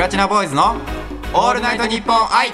ラチナボーイズのオールナイトニッポン愛。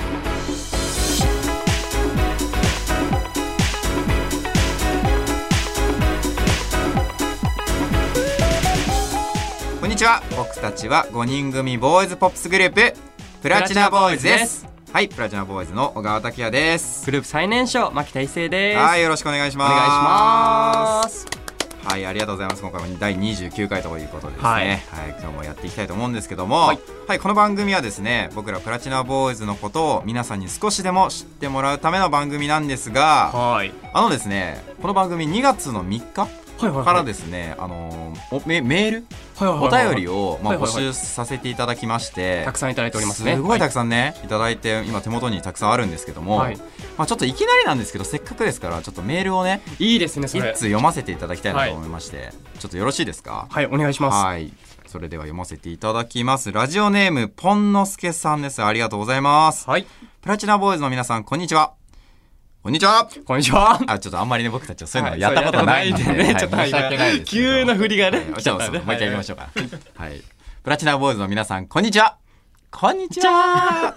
こんにちは。僕たちは5人組ボーイズポップスグループプラチナボーイズです。はい、プラチナボーイズの小川拓也です。 グループ最年少牧田一成です。 はい、よろしくお願いします。 お願いします。 はい、ありがとうございます。今回も第29回ということでですね、 はい、 今日もやっていきたいと思うんですけども、はい、この番組はですね、僕らプラチナボーイズのことを皆さんに少しでも知ってもらうための番組なんですが、はい、ですね、この番組2月の3日からですね、メール、お便りを募集させていただきまして、 たくさんいただいておりますね。 すごいたくさんね、いただいて、今手元にたくさんあるんですけども、ちょっといきなりなんですけど、せっかくですからちょっとメールをね、 いいですね、それ一通読ませていただきたいなと思いまして、ちょっとよろしいですか？ はい、お願いします。 はい、それでは読ませていただきます。ラジオネームポンのすけさんです。ありがとうございます。はい、プラチナボーイズの皆さん、こんにちは。こんにちは。 こんにちは。 ちょっとあんまりね、僕たちはそういうのやったことないんでね、ちょっと申し訳ないです。 急な振りがね、 もう一回行きましょうか。はい、プラチナボーイズの皆さん、こんにちは。こんにちは。はい、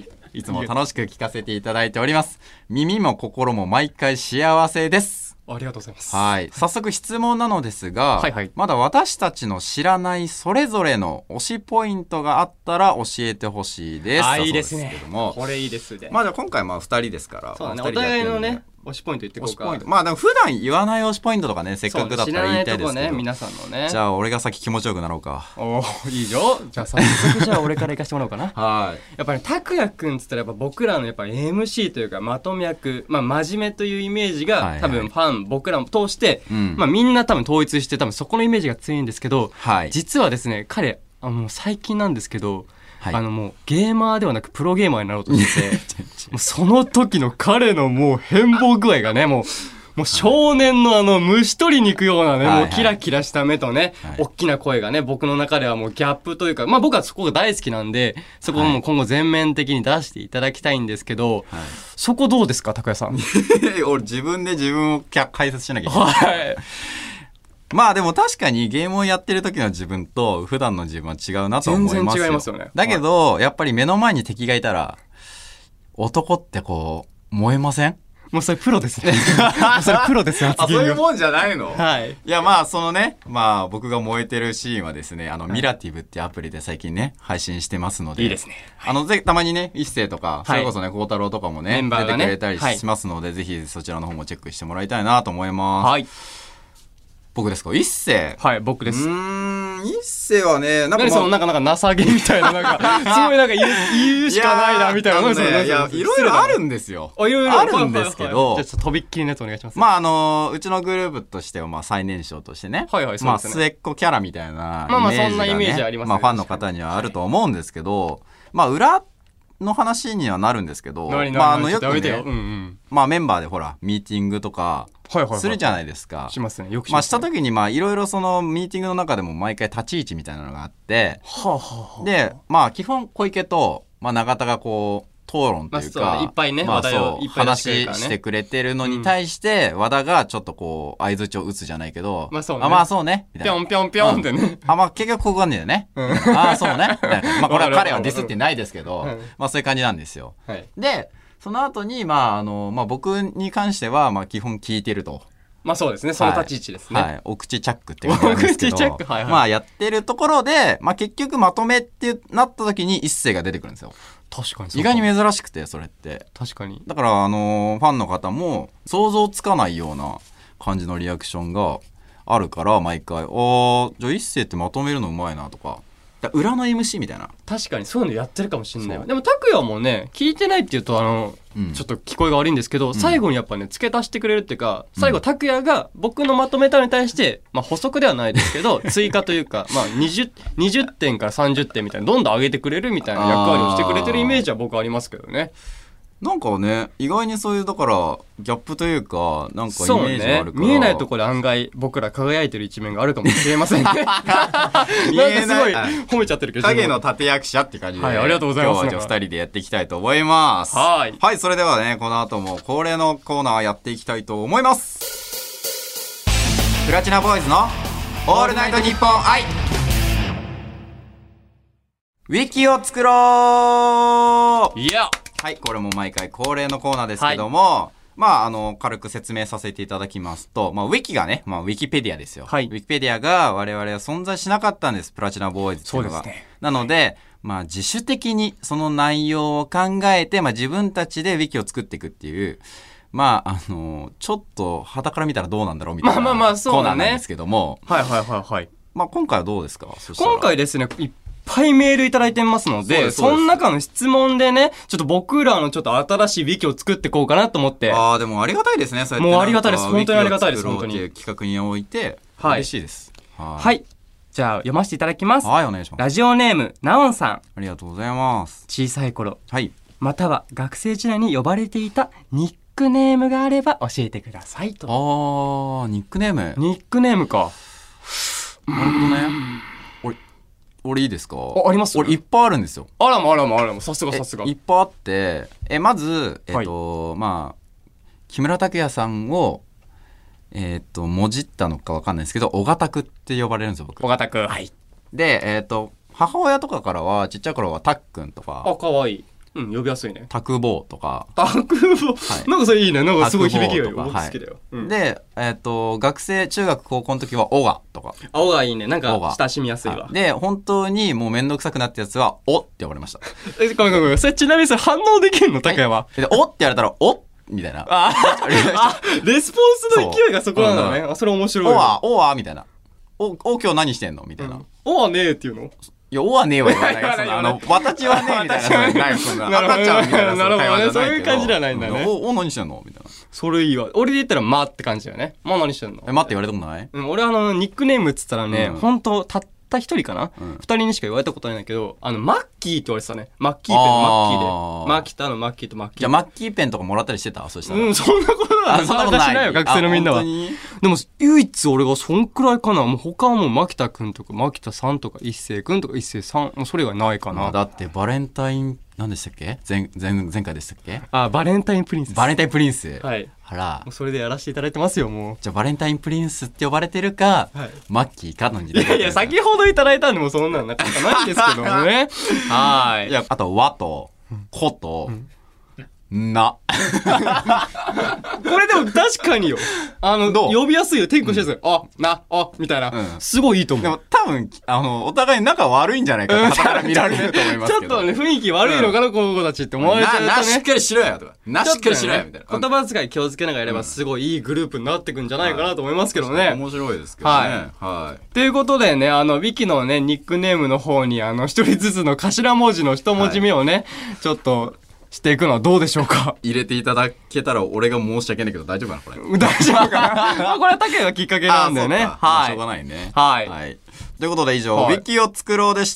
いつも楽しく聞かせていただいております。耳も心も毎回幸せです。 ありがとうございます。 はい、早速質問なのですが、まだ私たちの知らないそれぞれの推しポイントがあったら教えてほしいです。 いいですね。これいいですね。 じゃあ今回2人ですから、 そうだね、お互いのね、推しポイント言っていこうか。 でも普段言わない推しポイントとかね、せっかくだったら言いたいですけど、 知らないとこね、皆さんのね。 じゃあ俺が先気持ちよくなろうか。 いいよ。じゃあ早速じゃあ俺から行かせてもらおうかな。はい。やっぱり拓也くんっつったら、やっぱ僕らのやっぱ MC というかまとめ役、真面目というイメージが、多分ファン僕らも通して、みんな多分統一して多分そこのイメージが強いんですけど、実はですね、彼もう最近なんですけど、もうゲーマーではなくプロゲーマーになろうとしててもうその時の彼のもう変貌具合がね、もう少年の虫取りに行くようなね、もうキラキラした目とね、大きな声がね、僕の中ではもうギャップというか、僕はそこが大好きなんで、そこをもう今後全面的に出していただきたいんですけど、そこどうですか、拓也さん。 俺自分で自分を解説しなきゃいけない。でも確かにゲームをやってる時の自分と普段の自分は違うなと思いますよ。 全然違いますよね。 だけど、やっぱり目の前に敵がいたら、男ってこう、燃えません？ もうそれプロですね。それプロですよ。 そういうもんじゃないの？ はい。 いやそのね、僕が燃えてるシーンはですね、ミラティブっていうアプリで最近ね、配信してますので。 いいですね。 ぜひたまにね、一星とか、それこそね、孝太郎とかもね、出てくれたりしますので、ぜひそちらの方もチェックしてもらいたいなと思います。はい。僕ですか？一星。 はい、僕です。 一星はね、 なんか情けみたいな、すごい言うしかないなみたいな。 いや、いろいろあるんですよ。あるんですけど。 じゃあちょっととびっきりのやつお願いします。 うちのグループとしては最年少としてね、末っ子キャラみたいなイメージがね、 そんなイメージありますね。 ファンの方にはあると思うんですけど、裏の話にはなるんですけど、よくね、メンバーでほらミーティングとかするじゃないですか。 しますね。よくしますね。 した時にいろいろそのミーティングの中でも毎回立ち位置みたいなのがあって、で基本小池と永田がこう討論というか、 いっぱいね、話題をいっぱい出してくれるからね、 話してくれてるのに対して和田がちょっとこう相槌を打つじゃないけど、そうねみたいな、 ぴょんぴょんぴょんってね、 結局ここがねえよね、そうねみたいな、これは彼はディスってないですけど、そういう感じなんですよ。でその後に僕に関しては基本聞いてると。 そうですね、その立ち位置ですね。 お口チャックって言うんですけど、やってるところで、結局まとめってなった時に一星が出てくるんですよ。 確かに意外に珍しくて、それって。 確かに。 だからファンの方も想像つかないような感じのリアクションがあるから、毎回じゃあ一星ってまとめるのうまいなとか。裏の MC みたいな。 確かにそういうのやってるかもしれない。でも拓也もね、聞いてないって言うとちょっと聞こえが悪いんですけど、最後にやっぱね付け足してくれるっていうか、最後拓也が僕のまとめたのに対して補足ではないですけど追加というか20点から30点みたいなどんどん上げてくれるみたいな役割をしてくれてるイメージは僕はありますけどね。 なんかね、意外にそういうだからギャップというか、なんかイメージがあるから、 見えないところで案外僕ら輝いてる一面があるかもしれませんね。見えない、褒めちゃってるけど影の立役者って感じで、 ありがとうございます。 今日はじゃあ2人でやっていきたいと思います。はい、それではね、この後も恒例のコーナーやっていきたいと思います。プラチナボーイズのオールナイトニッポン愛。 ウィキを作ろう。 いや、 はい、これも毎回恒例のコーナーですけども、まあ、軽く説明させていただきますと、まあ、ウィキがね、まあ、ウィキペディアですよ。はい。ウィキペディアが我々は存在しなかったんです。プラチナボーイズっていうのが。そうですね。なので、まあ、自主的にその内容を考えて、まあ、自分たちでウィキを作っていくっていう、まあ、ちょっと、傍から見たらどうなんだろうみたいなコーナーなんですけども。 はいはいはいはい。 まあ、今回はどうですか？ 今回ですね、いっぱいメールいただいてますので、その中の質問でね、ちょっと僕らのちょっと新しいウィキを作っていこうかなと思って。 ああ、でもありがたいですね、そうやって。 もうありがたいです。本当にありがたいです、本当に。 企画において、嬉しいです。 はい。じゃあ、読ませていただきます。 はい、お願いします。 ラジオネーム、なおんさん。 ありがとうございます。 小さい頃。 はい。 または、学生時代に呼ばれていたニックネームがあれば教えてくださいと。 あー、ニックネーム。 ニックネームか。 なるほどね。俺いいですか？ あります？ 俺いっぱいあるんですよ。 あらも、さすが。 いっぱいあって、まず、まあ、木村拓哉さんを、もじったのかわかんないですけど、小賀拓って呼ばれるんですよ、僕。 小賀拓。はい。 で、母親とかからは、ちっちゃい頃はたっくんとか。 あ、かわいい。うん、呼びやすいね。 たくぼうとか。 たくぼう、はい、なんかそれいいね。なんかすごい響きがいい。僕好きだよ。 はい、で、学生、中学、高校の時は、小賀とか。 小賀いいね。なんか、親しみやすいわ。 で、本当にもうめんどくさくなったやつは、おって呼ばれました。 ごめん。それちなみにそれ反応できるの？拓哉は。 おって言われたら、おみたいな。 レスポンスの勢いがそこなんだね。それ面白い。 おはみたいな。お、今日何してんのみたいな。 おはねえっていうの？ いや、おはねえは言わない。私はねえみたいな。ない、そんな。赤ちゃんみたいな。 なるほどね。そういう感じじゃないんだね。 お、何してんのみたいな。 それいいわ。俺で言ったら、まって感じだよね。ま何してんの？ まって言われたことない？ 俺ニックネームっつったらね、ほんと、たった一人かな？二人にしか言われたことないんだけど、マッキーって言われてたね。マッキーペン、マッキーで。マッキーとマッキーとマッキー。 じゃあ、マッキーペンとかもらったりしてた？そしたら。 そんなことない。そんなことしないよ、学生のみんなは。でも、唯一俺がそんくらいかな。もう他はもう、牧田くんとか、牧田さんとか、一星くんとか、一星さん。もうそれがないかな。 だって、バレンタイン、何でしたっけ？前回でしたっけ？ バレンタインプリンス。 バレンタインプリンス。 はい。 あら。 もうそれでやらせていただいてますよ、もう。 じゃあ、バレンタインプリンスって呼ばれてるか、マッキーかの時代。 いや、先ほどいただいたんでもそんなんなかったないんですけどもね。はい。 いや、あと、和と、子と、な。 これでも確かによ。呼びやすいよ。テンコしてる。みたいな。すごいいいと思う。 でも多分、お互い仲悪いんじゃないかって傍から見られると思いますけど。 ちょっとね、雰囲気悪いのかな、この子たちって思われちゃうとね。 しっかりしろよとか。しっかりしろよみたいな。 言葉遣い気をつけながらやれば、すごいいいグループになってくんじゃないかなと思いますけどね。 面白いですけどね。はい。 ということでね、ウィキのね、ニックネームの方に、一人ずつの頭文字の一文字目をね、ちょっと、していくのはどうでしょうか？ 入れていただけたら俺が申し訳ないけど大丈夫かなこれ。 大丈夫かなこれは竹がきっかけなんだよね。 はい。しょうがないね。 はい。 ということで以上、ウィキを作ろうでした。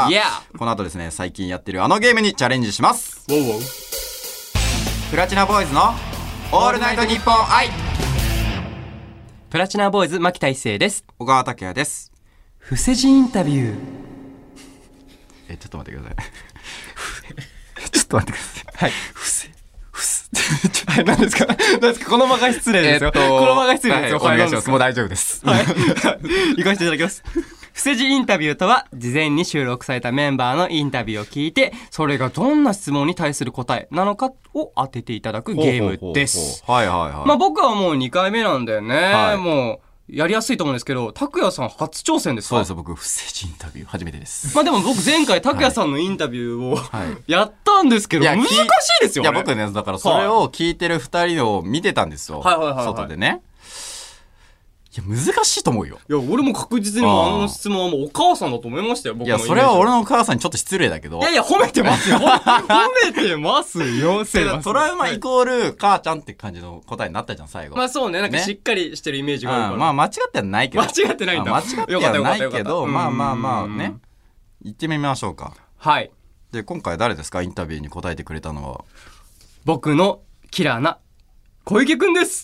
この後ですね、最近やってるゲームにチャレンジします。プラチナボーイズのオールナイトニッポン愛。 プラチナボーイズ牧田一成です。 小川拓也です。 伏せ字インタビュー。 ちょっと待ってください。ちょっと待ってください。 はい。はい、何ですかこの場が失礼ですよ。この場が失礼ですよ。 お願いします。もう大丈夫です。 はい。行かせていただきます。伏せ字インタビューとは、事前に収録されたメンバーのインタビューを聞いて、それがどんな質問に対する答えなのかを当てていただくゲームです。 はい。 まあ僕はもう2回目なんだよね。もう、やりやすいと思うんですけど、拓也さん初挑戦ですか？ そうです。僕、伏せ字インタビュー初めてです。 まあでも僕前回拓也さんのインタビューを、やったんですけど、難しいですよね。 いや、僕ね、だからそれを聞いてる2人を見てたんですよ。外でね。いや、難しいと思うよ。 いや、俺も確実にあの質問はもうお母さんだと思いましたよ、僕の。 いや、それは俺のお母さんにちょっと失礼だけど。 いや、褒めてますよ。褒めてますよ、 トラウマイコール母ちゃんって感じの答えになったじゃん、最後。 まあそうね、なんかしっかりしてるイメージがあるから。 まあ間違ってはないけど。 間違ってないんだ。 間違ってはないけど、まあね。行ってみましょうか。 はい。 で、今回誰ですか？インタビューに答えてくれたのは。 僕のキラーな小池くんです。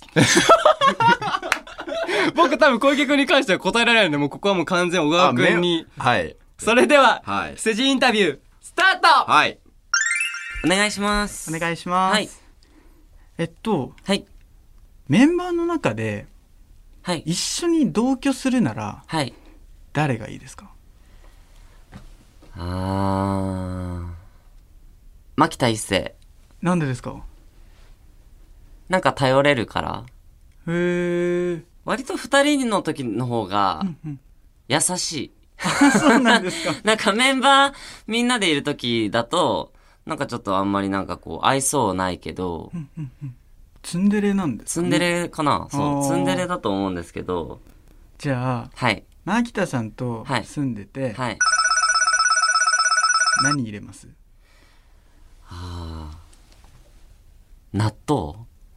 僕多分小池くんに関しては答えられないんで、もうここはもう完全小川くんに。 はい。 それでは、伏せ字インタビュー、スタート。 はい。 お願いします。 お願いします。はい。 はい。 メンバーの中で、 はい。 一緒に同居するなら、 はい。 誰がいいですか？ 牧田一成。 なんでですか？ なんか頼れるから。 へえ。 割と二人の時の方が優しい。 そうなんですか？ なんかメンバーみんなでいる時だとなんかちょっとあんまりなんかこう愛想ないけど、 ツンデレなんですかね。 ツンデレかな。そう、ツンデレだと思うんですけど。 じゃあ、 はい。 牧田さんと住んでて、 はい。 何入れます？ 納豆？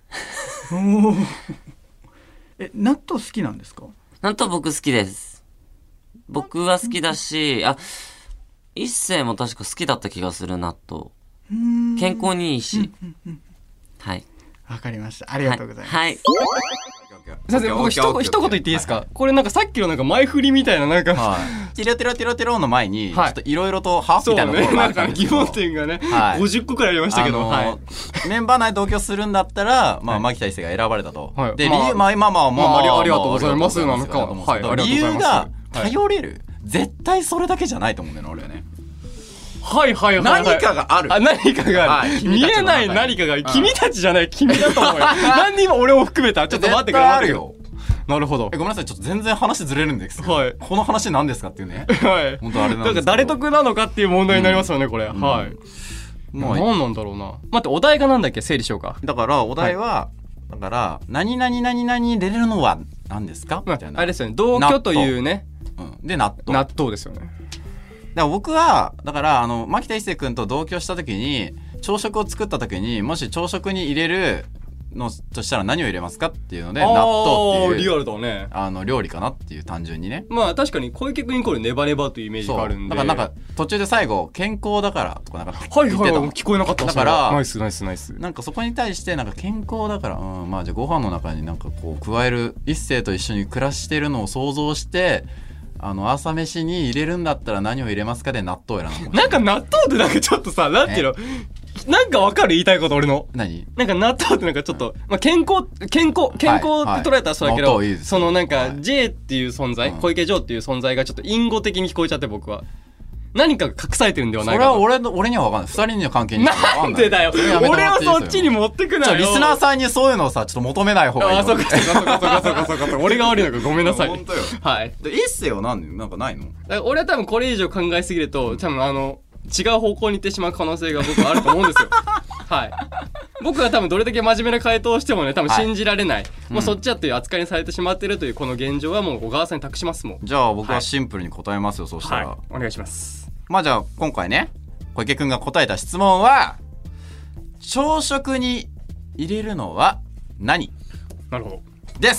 納豆好きなんですか？ 納豆僕好きです。僕は好きだし、一星も確か好きだった気がする、納豆。健康にいいし。はい。 わかりました。ありがとうございます。 はい。 先生、僕一言言っていいですか？これなんかさっきのなんか前振りみたいななんか、 ティロティロティロティロの前にちょっといろいろとみたいなところがあったんですけど、 疑問点がね、50個くらいありましたけど、 メンバー内同居するんだったら、牧田一成が選ばれたと。で、理由、 ありがとうございますなのか。 理由が頼れる。絶対それだけじゃないと思うんだよね、俺はね。 何かがある。 何かがある。見えない何かが、君たちじゃない、君だと思うよ。何にも俺を含めた。ちょっと待ってくださいよ。なるほど。 ごめんなさい、ちょっと全然話ずれるんですけど、この話何ですかっていうね。本当あれなんですけど。 だから誰得なのかっていう問題になりますよね、これ。はい。何なんだろうな。待って、お題がなんだっけ？整理しようか。 だからお題は、だから何々何々入れるのは何ですかみたいな。 あれですよね、同居というね。 で、納豆ですよね。 だから僕はだから牧田一成君と同居した時に朝食を作った時に、もし朝食に入れるのとしたら何を入れますかっていうので、納豆っていうリアルだね。 料理かなっていう、単純にね。 まあ確かに小池君イコールネバネバというイメージがあるんで、 だからなんか途中で最後健康だからとかなんか言ってた。聞こえなかった。 だからナイス。 なんかそこに対してなんか健康だから、まあじゃあご飯の中になんかこう加える、一星と一緒に暮らしてるのを想像して朝飯に入れるんだったら何を入れますかで納豆を選んだ。 なんか納豆ってなんかちょっとさ、なんていうの、なんかわかる？言いたいこと俺の。 何？ なんか納豆ってなんかちょっと、まあ、健康って捉えたらそうだけど、そのなんか J っていう存在、小池城っていう存在がちょっと隠語的に聞こえちゃって、僕は。何かが隠されてるんではないかと。 それは俺には分かんない。二人の関係には分かんない。 なんでだよ。俺をそっちに持ってくなよ。 リスナーさんにそういうのをさ、ちょっと求めない方がいい。 そうか。俺が悪いのかごめんなさい。 本当よ。 はい。 で、一世はなんかないの？ 俺は多分これ以上考えすぎると、多分違う方向に行ってしまう可能性が僕はあると思うんですよ。はい。僕は多分どれだけ真面目な回答をしてもね、多分信じられない。もうそっちだっていう扱いにされてしまってるというこの現状はもう小川さんに託しますもん。 じゃあ僕はシンプルに答えますよ、そうしたら。 お願いします。 まあじゃあ今回ね、小池くんが答えた質問は、朝食に入れるのは何？ なるほど。 です。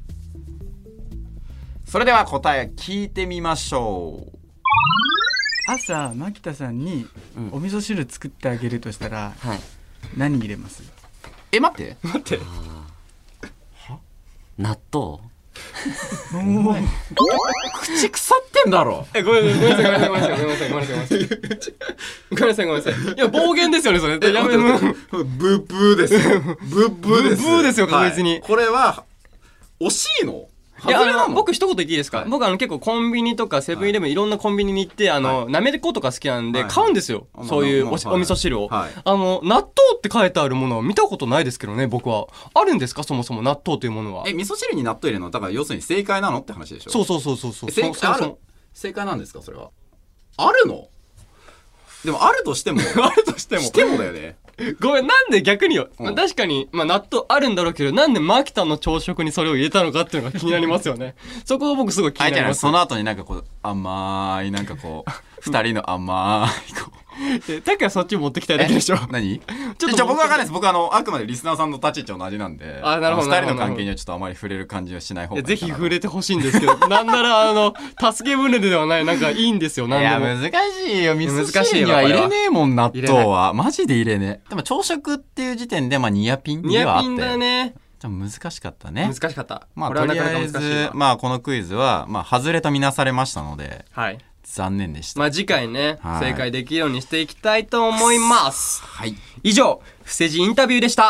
それでは答え聞いてみましょう。 朝牧田さんにお味噌汁作ってあげるとしたら、何入れます？ 待って納豆？ 口腐ってんだろ。 ごめんなさい。いや暴言ですよね、それ。やめろ。 ブーですよ。ブーですよ、確実に。 これは惜しいの？ いや僕一言言っていいですか？僕結構コンビニとかセブンイレブンいろんなコンビニに行ってなめことか好きなんで買うんですよ、そういうお味噌汁を。納豆って書いてあるものは見たことないですけどね、僕は。あるんですか、そもそも納豆というものは。 味噌汁に納豆入れるのだから要するに正解なのって話でしょ？そう正解なんですか、それは。あるの？でもあるとしてもしてもだよね。 ごめん、なんで逆によ。確かに、納豆あるんだろうけど、なんで牧田の朝食にそれを入れたのかっていうのが気になりますよね。そこは僕すごい気になります。 その後になんかこう、甘い、なんかこう、二人の甘い、こう。 だからそっち持ってきたいだけでしょ。 何？ちょっと僕わかんないです。僕あくまでリスナーさんの立ち位置同じなんで。 なるほど。 二人の関係にはちょっとあまり触れる感じはしない方がいい。 ぜひ触れてほしいんですけど、なんなら助け舟ではない、なんかいいんですよ、なんでも。 いや、難しいよ。味噌汁には入れねえもん、納豆は。マジで入れねえ。でも朝食っていう時点で、ニアピンではあったよ。 ニアピンだね。 難しかったね。 難しかった。 とりあえず、このクイズは、外れとみなされましたので。 はい。 残念でした。 次回ね、正解できるようにしていきたいと思います。 はい。 以上、伏せ字インタビューでした。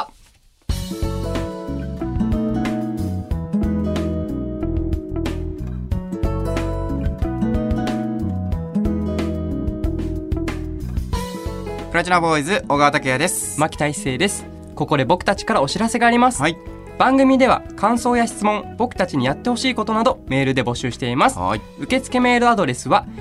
プラチナボーイズ小川拓也です。 牧大成です。ここで僕たちからお知らせがあります。 はい、 番組では感想や質問、僕たちにやってほしいことなどメールで募集しています。 はい、 受付メールアドレスは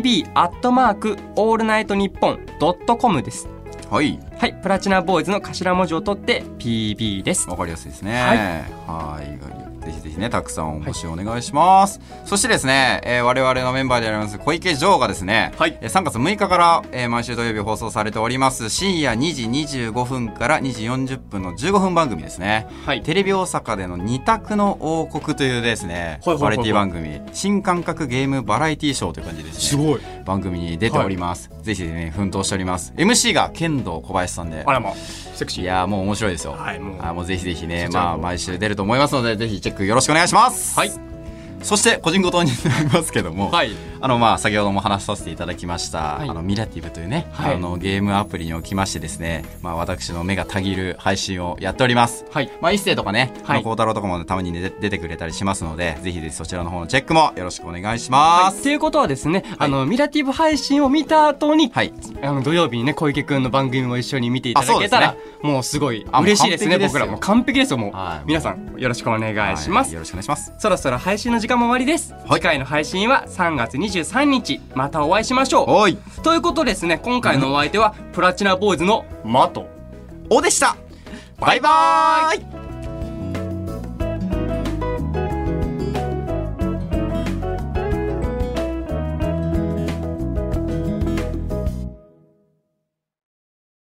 pb@allnightnippon.com です。 はい、 はい、プラチナボーイズの頭文字を取って PB です。 わかりやすいですね。はい、ぜひぜひね、たくさんお募集お願いします。そしてですね、我々のメンバーであります小池城がですね、3月6日から、毎週土曜日放送されております深夜2時25分から2時40分の15分番組ですね、テレビ大阪での二択の王国というですね、バラエティ番組、新感覚ゲームバラエティショーという感じですね、 すごい番組に出ております。ぜひね、奮闘しております。 MC が剣道小林さんで、 あらまセクシー。 いやもう面白いですよ。もうぜひぜひね、毎週出ると思いますので、ぜひチェックよろしくお願いします。はい、そして個人ごとになりますけども、先ほども話させていただきました、ミラティブというね、ゲームアプリにおきましてですね、私の目がたぎる配信をやっております。一世とかね、孝太郎とかもたまに、ね、出てくれたりしますので、ぜひぜひそちらの方のチェックもよろしくお願いします。 ということはですね、ミラティブ配信を見た後に、土曜日にね、小池くんの番組も一緒に見ていただけたら、もうすごい嬉しいですね。僕らも完璧ですよ。もう、皆さんよろしくお願いします。 よろしくお願いします。 そろそろ配信の時間も終わりです。次回の配信は3月23日、またお会いしましょう。ということですね、今回のお相手はプラチナボーイズのマトオでした。バイバーイ。